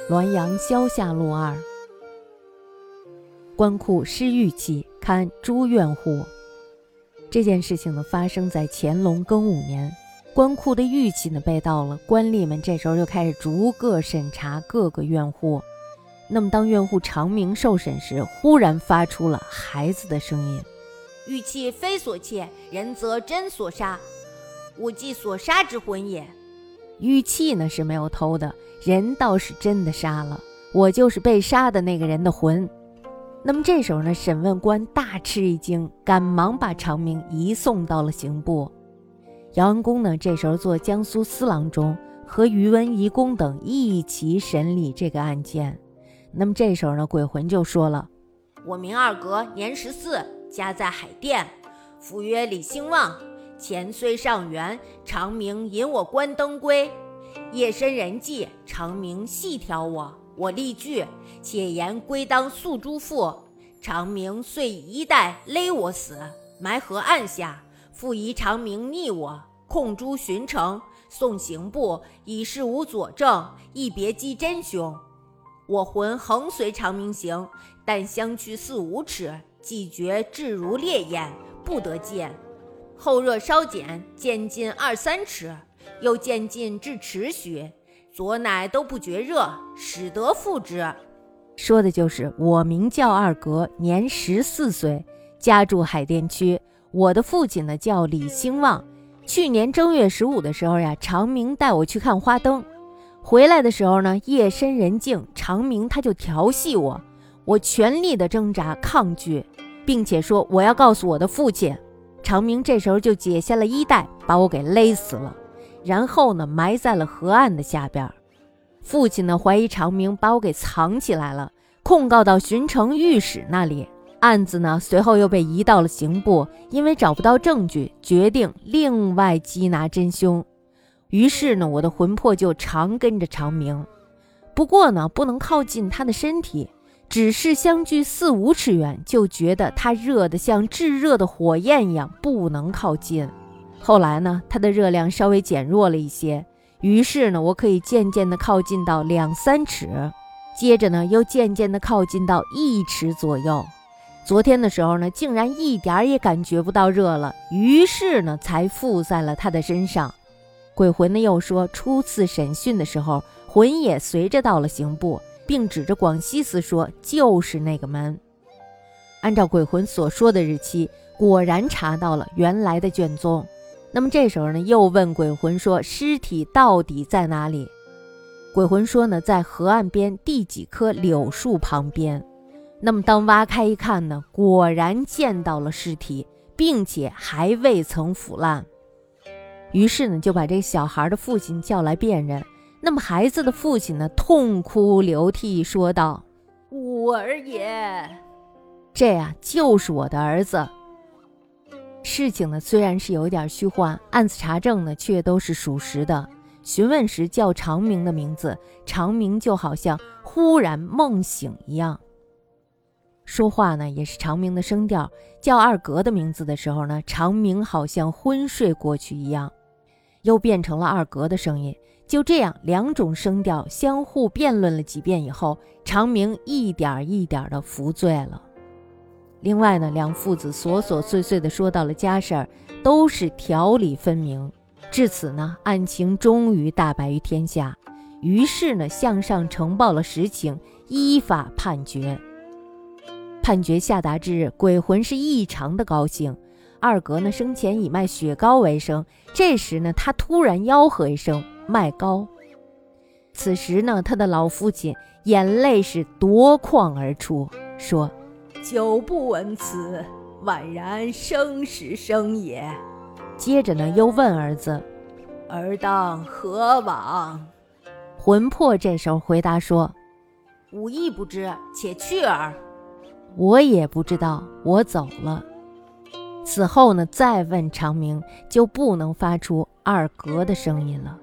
滦阳萧下路2。官库失玉器，堪诸院户。这件事情呢，发生在乾隆庚午年。官库的玉器呢被盗了，官吏们这时候就开始逐个审查各个院户。那么当院户长明受审时，忽然发出了孩子的声音： 玉器非所窃，人则真所杀，我即所杀之魂也。 玉器呢是没有偷的，人倒是真的杀了，我就是被杀的那个人的魂。那么这时候呢，审问官大吃一惊，赶忙把长明移送到了刑部。姚安公呢这时候做江苏司郎中，和于文仪公等一起审理这个案件。那么这时候呢，鬼魂就说了： 我名二格，年14，家在海淀，父曰李兴旺，前虽上元，长明引我观灯归，夜深人寂，长明细挑我力拒，且言归当诉诸父，长明遂以衣带勒我死，埋河岸下，复疑长明逆我，控诸巡城，送刑部，以事无佐证，亦别击真凶。我魂横随长明行，但相去4、5尺，即觉至如烈焰，不得见。后热稍减，渐进2、3尺，又渐进至尺许，左乃都不觉热，使得复之。 说的就是我名叫二格，年14岁，家住海淀区。我的父亲呢叫李兴旺。去年正月15的时候呀，长明带我去看花灯。回来的时候呢，夜深人静，长明他就调戏我，我全力的挣扎抗拒，并且说我要告诉我的父亲。长明这时候就解下了衣带，把我给勒死了，然后呢埋在了河岸的下边。父亲呢怀疑长明把我给藏起来了，控告到巡城御史那里。案子呢随后又被移到了刑部，因为找不到证据，决定另外缉拿真凶。于是呢，我的魂魄就常跟着长明，不过呢不能靠近他的身体，只是相距4、5尺远，就觉得他热得像炙热的火焰一样，不能靠近。后来呢，他的热量稍微减弱了一些，于是呢，我可以渐渐地靠近到2、3尺，接着呢，又渐渐地靠近到1尺左右。昨天的时候呢，竟然一点也感觉不到热了，于是呢，才附在了他的身上。鬼魂呢又说，初次审讯的时候，魂也随着到了刑部，并指着广西司说就是那个门。按照鬼魂所说的日期，果然查到了原来的卷宗。那么这时候呢，又问鬼魂说尸体到底在哪里？鬼魂说呢，在河岸边第几棵柳树旁边。那么当挖开一看呢，果然见到了尸体，并且还未曾腐烂。于是呢，就把这个小孩的父亲叫来辨认。那么孩子的父亲呢，痛哭流涕说道： 吾儿也。 这呀，就是我的儿子。事情呢虽然是有点虚幻，案子查证呢却都是属实的。询问时叫长明的名字，长明就好像忽然梦醒一样。说话呢也是长明的声调，叫二格的名字的时候呢，长明好像昏睡过去一样，又变成了二格的声音。就这样2种声调相互辩论了几遍以后，长明一点一点的服醉了。另外呢，2父子琐琐碎碎的说到了家事儿，都是条理分明。至此呢，案情终于大白于天下。于是呢，向上呈报了实情，依法判决。判决下达之日，鬼魂是异常的高兴。二格呢，生前以卖雪糕为生，这时呢，他突然吆喝一声卖糕。此时呢，他的老父亲眼泪是夺眶而出，说： 久不闻此，宛然生时生也。 接着呢，又问儿子： 儿当何往？ 魂魄这时候回答说： 吾亦不知，且去耳。 我也不知道，我走了。此后呢，再问长明，就不能发出二格的声音了。